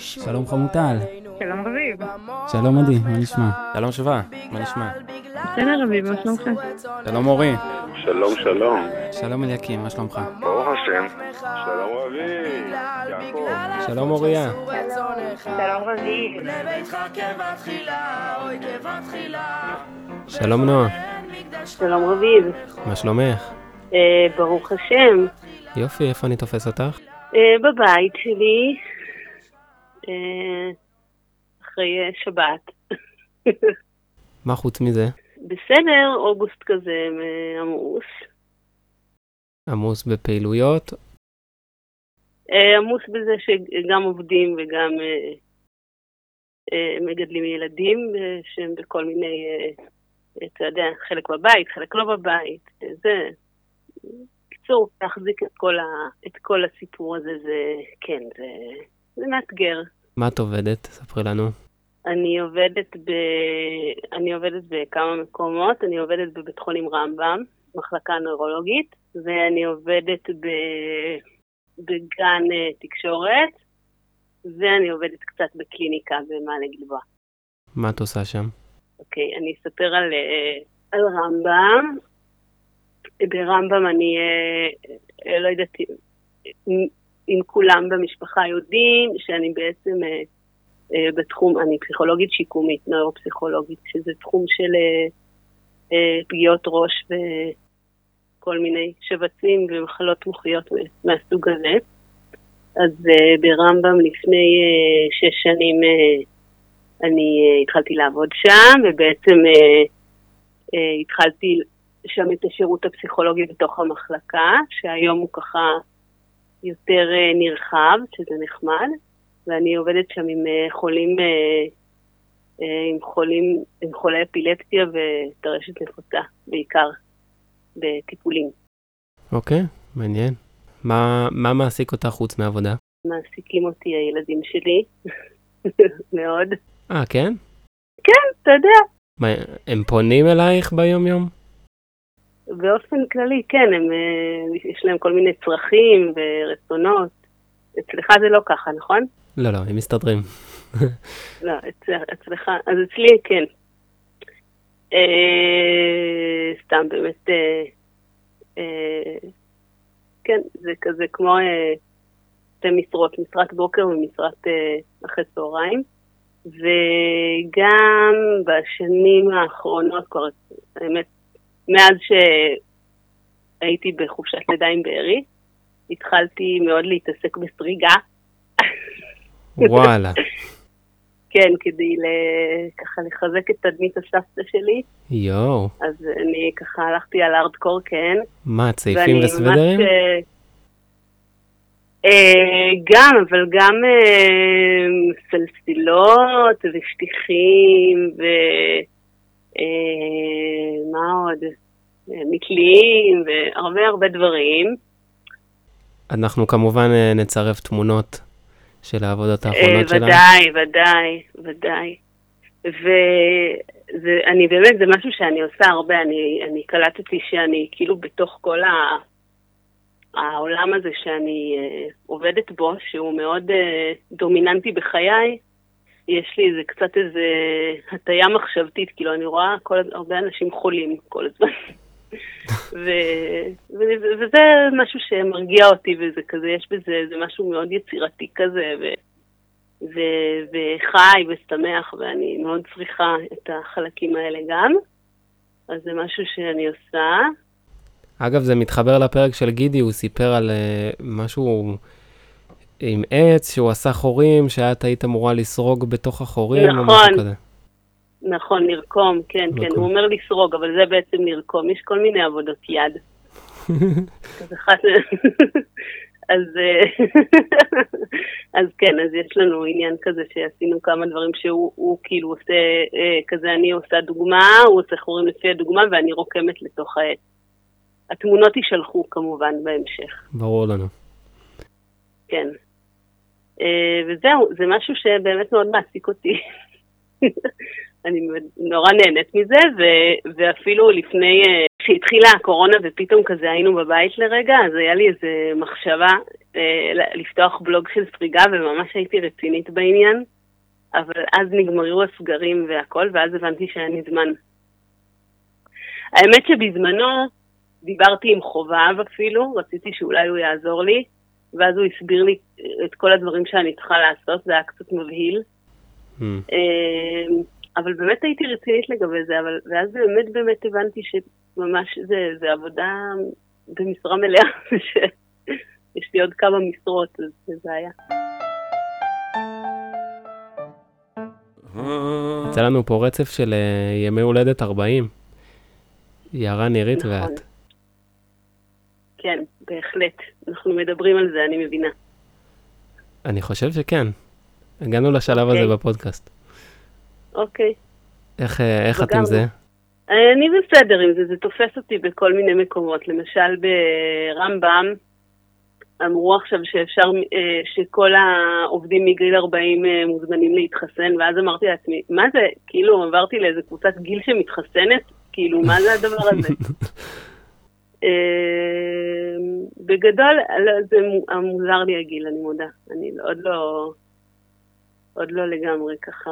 שלום חמוטל. שלום רביב. שלום עדי, מה נשמע? שלום שווה, מה נשמע? בסדר רביב, מה שלומך? שלום אורי. שלום, שלום. שלום אליקים, מה שלומך? ברוך השם. שלום רביב. יעקב. שלום אוריה. שלום רביב. שלום נועה. שלום רביב. מה שלומך? ברוך השם. יופי, איפה אני תופס אותך? בבית שלי. אחרי שבת. מה חוץ מזה? בסדר, אוגוסט כזה עמוס. עמוס בפעילויות? עמוס בזה שגם עובדים וגם מגדלים ילדים שהם בכל מיני, אתה יודע, חלק בבית, חלק לא בבית. זה, קיצור, להחזיק את כל הסיפור הזה, זה מאתגר. מה את עובדת? ספרי לנו. אני עובדת בכמה מקומות, אני עובדת בבית חולים רמב"ם, מחלקה נוירולוגית, ואני עובדת בגן תקשורת, ואני עובדת קצת בקליניקה במעלה גלבוע. מה את עושה שם? אוקיי, אני אספר על רמב"ם. ברמב"ם אני לא יודעת אם כולם במשפחה יודעים שאני בעצם בתחום, אני פסיכולוגית שיקומית, נוירופסיכולוגית, שזה תחום של פגיעות ראש וכל מיני שבצים ומחלות מוחיות מהסוג הזה. אז ברמב"ם לפני 6 שנים אני התחלתי לעבוד שם, ובעצם התחלתי שם את השירות הפסיכולוגי בתוך המחלקה, שהיום הוא ככה יותר נרחב, שזה נחמד, ואני עובדת שם עם חולי אפילפסיה וטרשת נפוצה, בעיקר בטיפולים. אוקיי, מעניין. מה מעסיק אותך חוץ מעבודה? מעסיקים אותי הילדים שלי, מאוד. כן? כן, אתה יודע. מה, הם פונים אלייך ביום יום? באופן כללי, כן, יש להם כל מיני צרכים ורצונות. אצלך זה לא ככה, נכון? לא, הם מסתדרים. לא, אצלך, אז אצלי כן. סתם באמת, כן, זה כזה כמו 2 משרות, משרת בוקר ומשרת אחרי צהריים. וגם בשנים האחרונות, כבר, האמת, מאז שהייתי בחופשת לידה עם בארי, התחלתי מאוד להתעסק בסריגה. וואלה. כן, כדי ככה לחזק את תדמית הסבתא שלי. יואו. אז אני ככה הלכתי על הארדקור, כן. מה, צעיפים וסוודרים? גם, אבל גם סלסילות ושטיחים מה עוד? מקלים והרבה דברים. אנחנו כמובן נצרף תמונות של העבודות האחרונות שלנו. ודאי. ואני באמת, זה משהו שאני עושה הרבה, אני קלטתי שאני כאילו בתוך כל העולם הזה שאני עובדת בו, שהוא מאוד דומיננטי בחיי, יש לי קצת איזה הטיה מחשבתית, כאילו אני רואה הרבה אנשים חולים כל הזמן. וזה משהו שמרגיע אותי, וזה כזה, יש בזה משהו מאוד יצירתי כזה, וחי ושמח, ואני מאוד צריכה את החלקים האלה גם. אז זה משהו שאני עושה. אגב, זה מתחבר לפרק של גידי, הוא סיפר על משהו עם עץ, שהוא עשה חורים, שאת היית אמורה לסרוג בתוך החורים. נכון, נרקום, כן, הוא אומר לסרוג, אבל זה בעצם נרקום, יש כל מיני עבודות יד. אז כן, אז יש לנו עניין כזה שעשינו כמה דברים שהוא כאילו עושה, כזה אני עושה דוגמה, הוא עושה חורים לפי הדוגמה, ואני רוקמת לתוך העץ. התמונות יישלחו כמובן בהמשך. ברור לנו. כן. וזהו, זה משהו שבאמת מאוד מעסיק אותי. אני נורא נהנית מזה, ואפילו לפני כשהתחילה הקורונה ופתאום כזה היינו בבית לרגע, אז היה לי איזה מחשבה לפתוח בלוג של סריגה, וממש הייתי רצינית בעניין, אבל אז נגמרו הסגרים והכל, ואז הבנתי שהיה לי זמן. האמת שבזמנו דיברתי עם חובב אפילו, רציתי שאולי הוא יעזור לי, ואז הוא הסביר לי את כל הדברים שאני צריכה לעשות, זה היה קצת מבהיל. אבל באמת הייתי רצינית לגבי זה, ואז באמת הבנתי שממש זה עבודה במשרה מלאה, שיש לי עוד כמה משרות, אז זה היה. יצא לנו פה רצף של ימי הולדת 40. יערה, נירית נכון. ואת. כן, בהחלט. אנחנו מדברים על זה, אני מבינה. אני חושב שכן. הגענו לשלב הזה בפודקאסט. אוקיי. איך את עם זה? אני בסדר עם זה, זה תופס אותי בכל מיני מקומות. למשל ברמב"ם, אמרו עכשיו שאפשר, שכל העובדים מגיל 40 מוזמנים להתחסן, ואז אמרתי לעצמי, מה זה? כאילו עברתי לאיזה קבוצת גיל שמתחסנת? כאילו, מה זה הדבר הזה? בגדול, זה מוזר לי הגיל, אני מודה. אני עוד לא לגמרי ככה,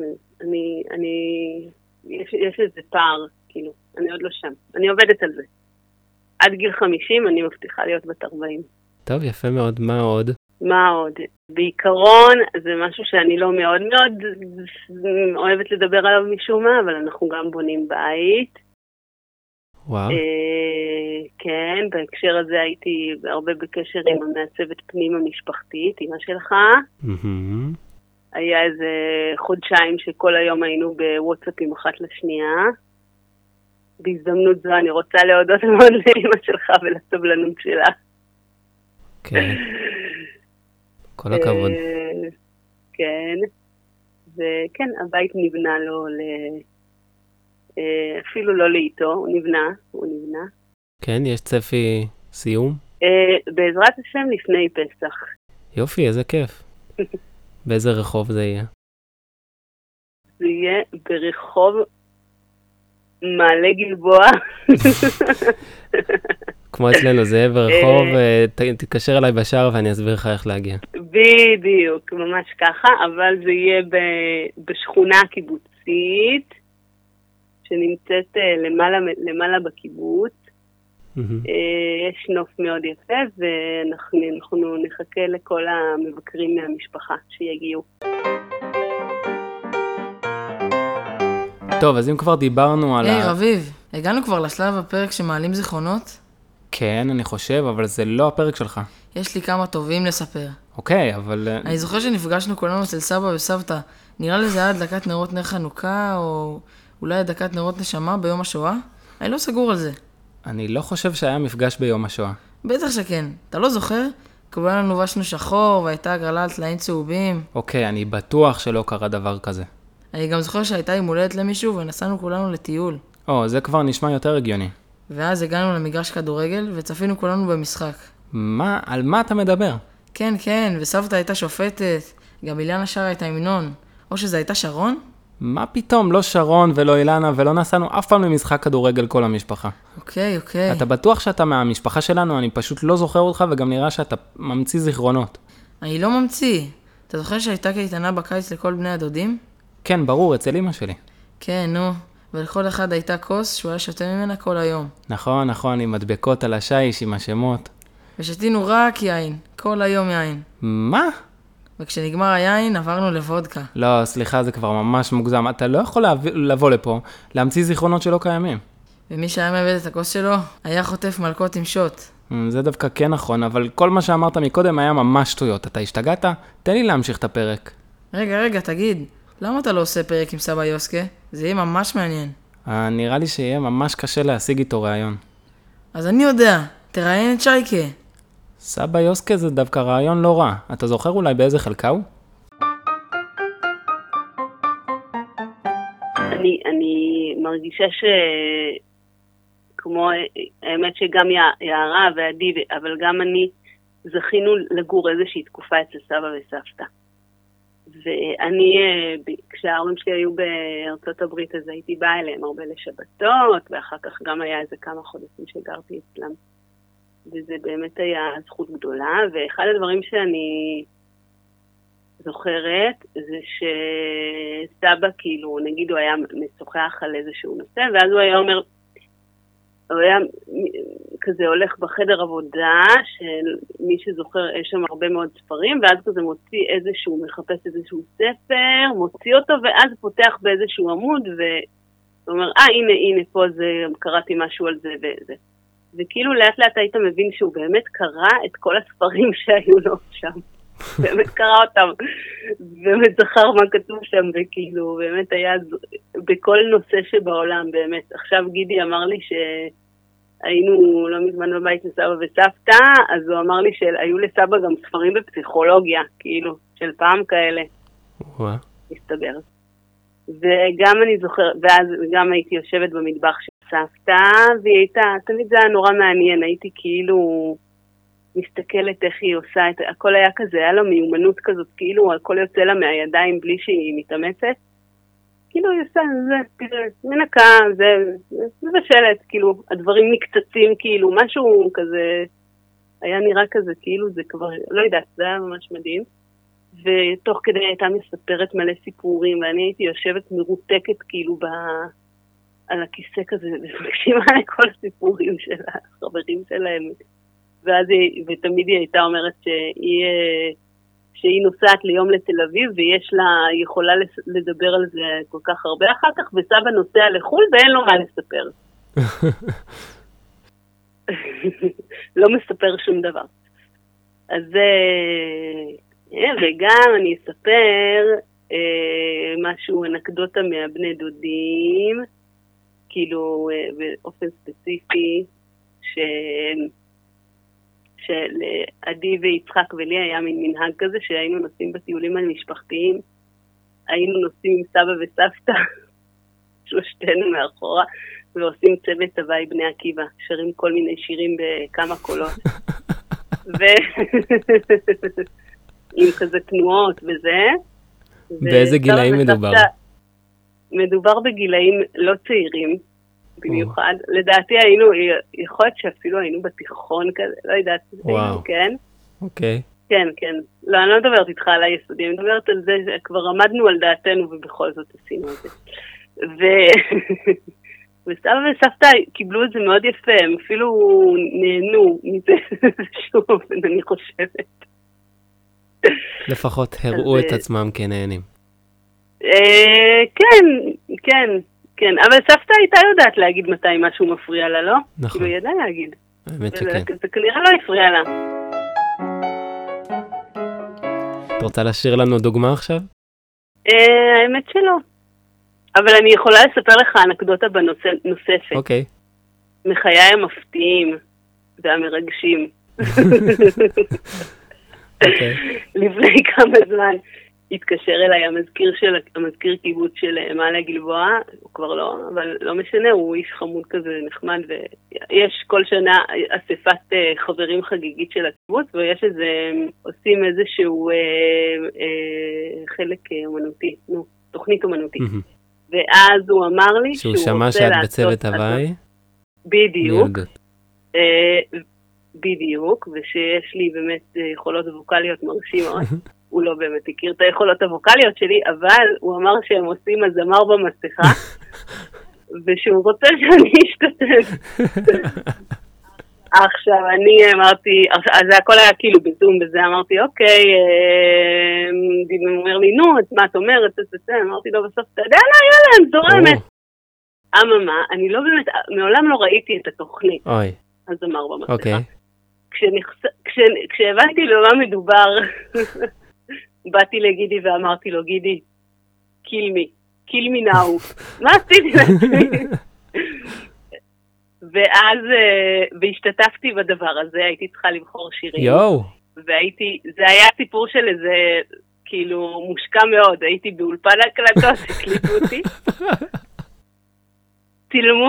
יש איזה פער, כאילו, אני עוד לא שם. אני עובדת על זה. עד גיל 50 אני מבטיחה להיות בת 40. טוב, יפה מאוד. מה עוד? מה עוד? בעיקרון, זה משהו שאני לא מאוד מאוד אוהבת לדבר עליו משום מה, אבל אנחנו גם בונים בית. וואו. כן, בהקשר הזה הייתי הרבה בקשר עם המעצבת פנים המשפחתית, אמא שלך. היה איזה חודשיים שכל היום היינו בוואטסאפים אחת לשנייה. בהזדמנות זו אני רוצה להודות מאוד לאמא שלך ולסבלנות שלה. כן. כל הכבוד. כן. וכן, הבית נבנה לו אפילו לא לאיתו, הוא נבנה. כן, יש צפי סיום? בעזרת השם לפני פסח. יופי, איזה כיף. באיזה רחוב זה יהיה? זה יהיה ברחוב מעלה גלבוע. כמו אצלנו, זה יהיה ברחוב, תתקשר אליי בשער ואני אסביר לך איך להגיע. בדיוק, ממש ככה, אבל זה יהיה בשכונה קיבוצית, שנמצאת למעלה בקיבוץ. יש נוף מאוד יפה, ואנחנו נחכה לכל המבקרים מהמשפחה שיגיעו. טוב, אז אם כבר דיברנו על היי, רביב, הגענו כבר לשלב הפרק שמעלים זיכרונות? כן, אני חושב, אבל זה לא הפרק שלך. יש לי כמה טובים לספר. אוקיי, אבל... אני זוכר שנפגשנו כולנו אצל סבא וסבתא. נראה לי זה היה הדלקת נרות נר חנוכה, או אולי הדלקת נרות נשמה ביום השואה? אני לא סגור על זה. אני לא חושב שהיה מפגש ביום השואה. בטח שכן. אתה לא זוכר? כולנו נובשנו שחור, והייתה הגרלה על טלאים צהובים. אוקיי, אני בטוח שלא קרה דבר כזה. אני גם זוכר שהייתה יום הולדת למישהו, ונסענו כולנו לטיול. זה כבר נשמע יותר הגיוני. ואז הגענו למגרש כדורגל, וצפינו כולנו במשחק. מה? על מה אתה מדבר? כן, וסבתא הייתה שופטת. גם אילנה שרה הייתה עם ינון. או שזה הייתה שרון? מה פתאום? לא שרון ולא אילנה, ולא נסענו אף פעם למשחק כדורגל כל המשפחה. אוקיי. אתה בטוח שאתה מהמשפחה שלנו? אני פשוט לא זוכר אותך, וגם נראה שאתה ממציא זיכרונות. אני לא ממציא. אתה זוכר שהייתה קייטנה בקיץ לכל בני הדודים? כן, ברור, אצל אמא שלי. כן, נו. ולכל אחד הייתה כוס שהוא היה שותה ממנה כל היום. נכון, עם מדבקות על השיש, עם השמות. ושתינו רק יין. כל היום יין. מה? וכשנגמר היין עברנו לוודקה. לא, סליחה, זה כבר ממש מוגזם. אתה לא יכול לבוא לפה, להמציא זיכרונות שלא קיימים. ומי שהיה מאבד את הכוס שלו, היה חוטף מלכות עם שוט. זה דווקא כן נכון, אבל כל מה שאמרת מקודם היה ממש שטויות. אתה השתגעת? תן לי להמשיך את הפרק. רגע, תגיד. למה אתה לא עושה פרק עם סבא יוסקה? זה יהיה ממש מעניין. נראה לי שיהיה ממש קשה להשיג איתו רעיון. אז אני יודע, תראיין את שייקה. סבא יוסקה זה דווקא רעיון לא רע. אתה זוכר אולי באיזה חלקה הוא? אני מרגישה כמו האמת שגם יערה ועדי, אבל גם אני זכינו לגור איזושהי תקופה אצל סבא וסבתא. ואני, כשההורים שלי היו בארצות הברית, אז הייתי באה אליהם הרבה לשבתות, ואחר כך גם היה איזה כמה חודשים שגרתי אצלם. וזה באמת היה זכות גדולה, ואחד הדברים שאני זוכרת, זה שסבא כאילו, נגיד הוא היה משוחח על איזשהו נושא, ואז הוא היה אומר, הוא היה כזה הולך בחדר עבודה, שמי שזוכר, יש שם הרבה מאוד ספרים, ואז כזה מוציא איזשהו, מחפש איזשהו ספר, מוציא אותו, ואז פותח באיזשהו עמוד, ואומר, הנה, פה זה, קראתי משהו על זה וזה. וכאילו לאט לאט היית מבין שהוא באמת קרא את כל הספרים שהיו לו שם. באמת קרא אותם, באמת זכר מה כתוב שם, וכאילו באמת היה בכל נושא שבעולם, באמת. עכשיו גידי אמר לי שהיינו לא מזמן בבית לסבא וסבתא, אז הוא אמר לי שהיו לסבא גם ספרים בפסיכולוגיה, כאילו, של פעם כאלה. וואו. מסתבר. וגם אני זוכר, ואז גם הייתי יושבת במטבח של סבתא, והיא הייתה, תמיד זה היה נורא מעניין, הייתי כאילו מסתכלת איך היא עושה את, הכל היה כזה, היה לה מיומנות כזאת, כאילו הכל יוצא לה מהידיים בלי שהיא מתאמצת, כאילו היא עושה, זה, מנקה, זה מבשלת, כאילו, הדברים נקצצים, כאילו, משהו כזה, היה נראה כזה, כאילו זה כבר, לא יודעת, זה היה ממש מדהים. ותוך כדי הייתה מספרת מלא סיפורים, ואני הייתי יושבת מרותקת כאילו על הכיסא כזה, ומקשיבה לכל הסיפורים של החברים שלהם. ותמיד היא הייתה אומרת שהיא נוסעת ליום לתל אביב, ויש לה, יכולה לדבר על זה כל כך הרבה אחר כך, וסבא נוסע לחול ואין לו מה לספר. לא מספר שום דבר. אז וגם אני אספר משהו, אנקדוטה מהבני דודים, כאילו באופן ספציפי, שעדי ויצחק ולי היה מין מנהג כזה, שהיינו נוסעים בטיולים המשפחתיים, היינו נוסעים עם סבא וסבתא, שלושתנו מאחורה, ועושים צוות הוואי בני עקיבא, שרים כל מיני שירים בכמה קולות. עם כזה תנועות וזה. באיזה גילאים מדובר? מדובר בגילאים לא צעירים, במיוחד. לדעתי היינו, יכול להיות שאפילו היינו בתיכון כזה, לא יודעת. וואו. כן? אוקיי. כן, כן. לא, אני לא מדברת איתך על היסודי, אני מדברת על זה שכבר עמדנו על דעתנו ובכל זאת עשינו את זה. וסבא וסבתא קיבלו את זה מאוד יפה, הם אפילו נהנו מזה שוב, אני חושבת. לפחות הראו את עצמם כנהנים. כן, כן, כן. אבל סבתא הייתה יודעת להגיד מתי משהו מפריע לה, לא? נכון. כאילו, ידעה להגיד. האמת שכן. זה כנראה לא הפריע לה. את רוצה לשיר לנו דוגמה עכשיו? האמת שלא. אבל אני יכולה לספר לך אנקדוטה נוספת. אוקיי. מחיי המפתיעים והמרגשים. לפני כמה זמן התקשר אליי המזכיר קיבוץ של מעלה גלבוע, הוא כבר לא, אבל לא משנה, הוא איש חמוד כזה נחמד, ויש כל שנה אספת חברים חגיגית של הקיבוץ, ויש איזה, עושים איזשהו חלק אומנותי, תוכנית אומנותית. ואז הוא אמר לי שהוא שמע שאת בצוות הוואי? בדיוק. בדיוק, ושיש לי באמת יכולות ווקליות מרשימות. הוא לא באמת הכיר את היכולות הווקליות שלי, אבל הוא אמר שהם עושים הזמר במסכה, ושהוא רוצה שאני אשתתף. עכשיו, אני אמרתי, אז הכל היה כאילו בזום, וזה אמרתי, אוקיי, הוא אומר לי, נו, מה את אומרת? אמרתי לו בסוף, אתה יודע, לא, יאללה, זורמת. אממה, אני לא באמת, מעולם לא ראיתי את התוכנית. אוי. הזמר במסכה. אוקיי. כשהבנתי במה מדובר, באתי לגידי ואמרתי לו, גידי, kill me now. מה עשיתי לעצמי? ואז, והשתתפתי בדבר הזה, הייתי צריכה לבחור שירים. יואו. זה היה סיפור של איזה, כאילו, מושקע מאוד, הייתי באולפן הקלטות, הקליטו אותי. צילמו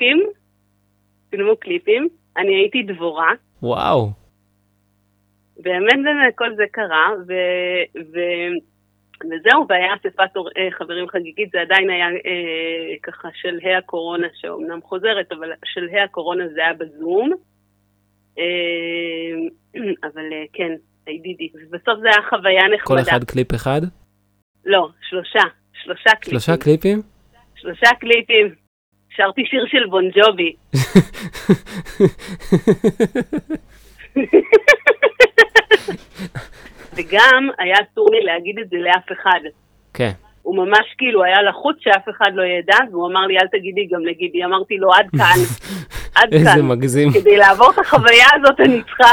קליפים, אני הייתי דבורה. וואו. באמת כל זה קרה, וזהו, והיה אספת חברים חגיגית, זה עדיין היה ככה שלהי הקורונה, שאומנם חוזרת, אבל שלהי הקורונה זה היה בזום. אבל כן, הידידי. בסוף זה היה חוויה נחמדה. כל אחד קליפ אחד? לא, שלושה קליפים. 3 קליפים? 3 קליפים. שרתי שיר של בון ג'ובי. וגם היה אסור לי להגיד את זה לאף אחד. כן. הוא ממש כאילו היה לחוץ שאף אחד לא ידע, והוא אמר לי, אל תגידי גם לגידי. אמרתי לו, עד כאן. עד כאן. איזה מגזים. כדי לעבור את החוויה הזאת, אני צריכה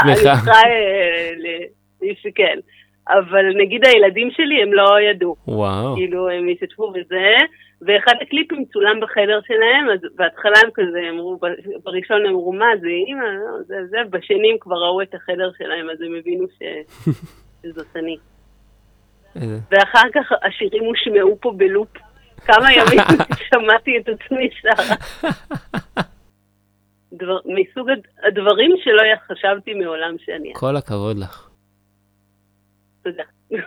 להסתכל. אבל נגיד הילדים שלי, הם לא ידעו. וואו. כאילו, הם השתתפו בזה, ואחד הקליפים צולם בחדר שלהם, אז בהתחלה הם כזה, אמרו, בראשון הם אמרו, מה זה, אמא, זה, בשני הם כבר ראו את החדר שלהם, אז הם הבינו שזאת אני. ואחר כך השירים הושמעו פה בלופ. כמה ימים שמעתי את עצמי שרה. מסוג הדברים שלא חשבתי מעולם שאני. כל הכבוד לך. תודה.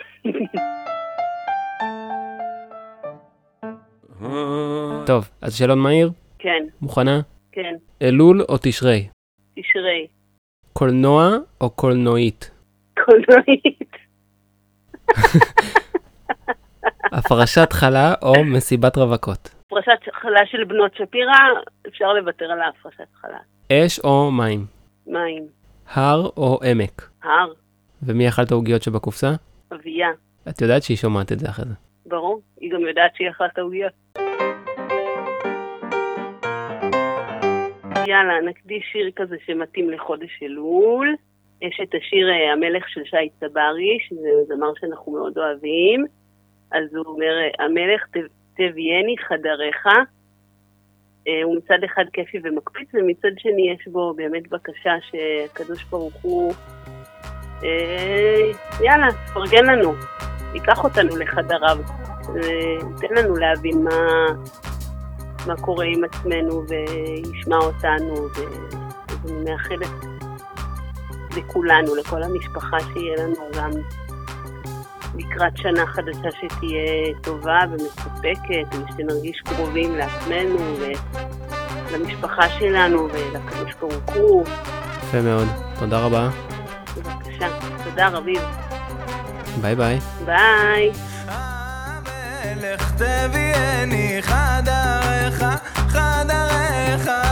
טוב, אז שאלון מהיר? כן. מוכנה? כן. אלול או תשרי? תשרי. קולנוע או קולנועית? קולנועית. הפרשת חלה או מסיבת רווקות? הפרשת חלה של בנות שפירא, אפשר לוותר על ההפרשת חלה. אש או מים? מים. הר או עמק? הר. ומי אכל את העוגיות שבקופסה? אביה. את יודעת שהיא שומעת את זה אחרי זה. ברור, היא גם יודעת שהיא אכלה את העוגיות. יאללה, נקדיש שיר כזה שמתאים לחודש אלול. יש את השיר המלך של שי צברי, שזה זמר שאנחנו מאוד אוהבים. אז הוא אומר, המלך תבייני חדריך. הוא מצד אחד כיפי ומקפיץ, ומצד שני יש בו באמת בקשה שהקדוש ברוך הוא, יאללה, תפרגן לנו, ייקח אותנו לחדריו, תן לנו להבין מה קורה עם עצמנו וישמע אותנו, ואני מאחלת לכולנו, לכל המשפחה שיהיה לנו גם לקראת שנה חדשה שתהיה טובה ומספקת, ושנרגיש קרובים לעצמנו ולמשפחה שלנו ולקדוש ברוך הוא. יפה מאוד, תודה רבה. בבקשה, תודה רביב. ביי ביי. ביי. המלך תבייני חדריך, חדריך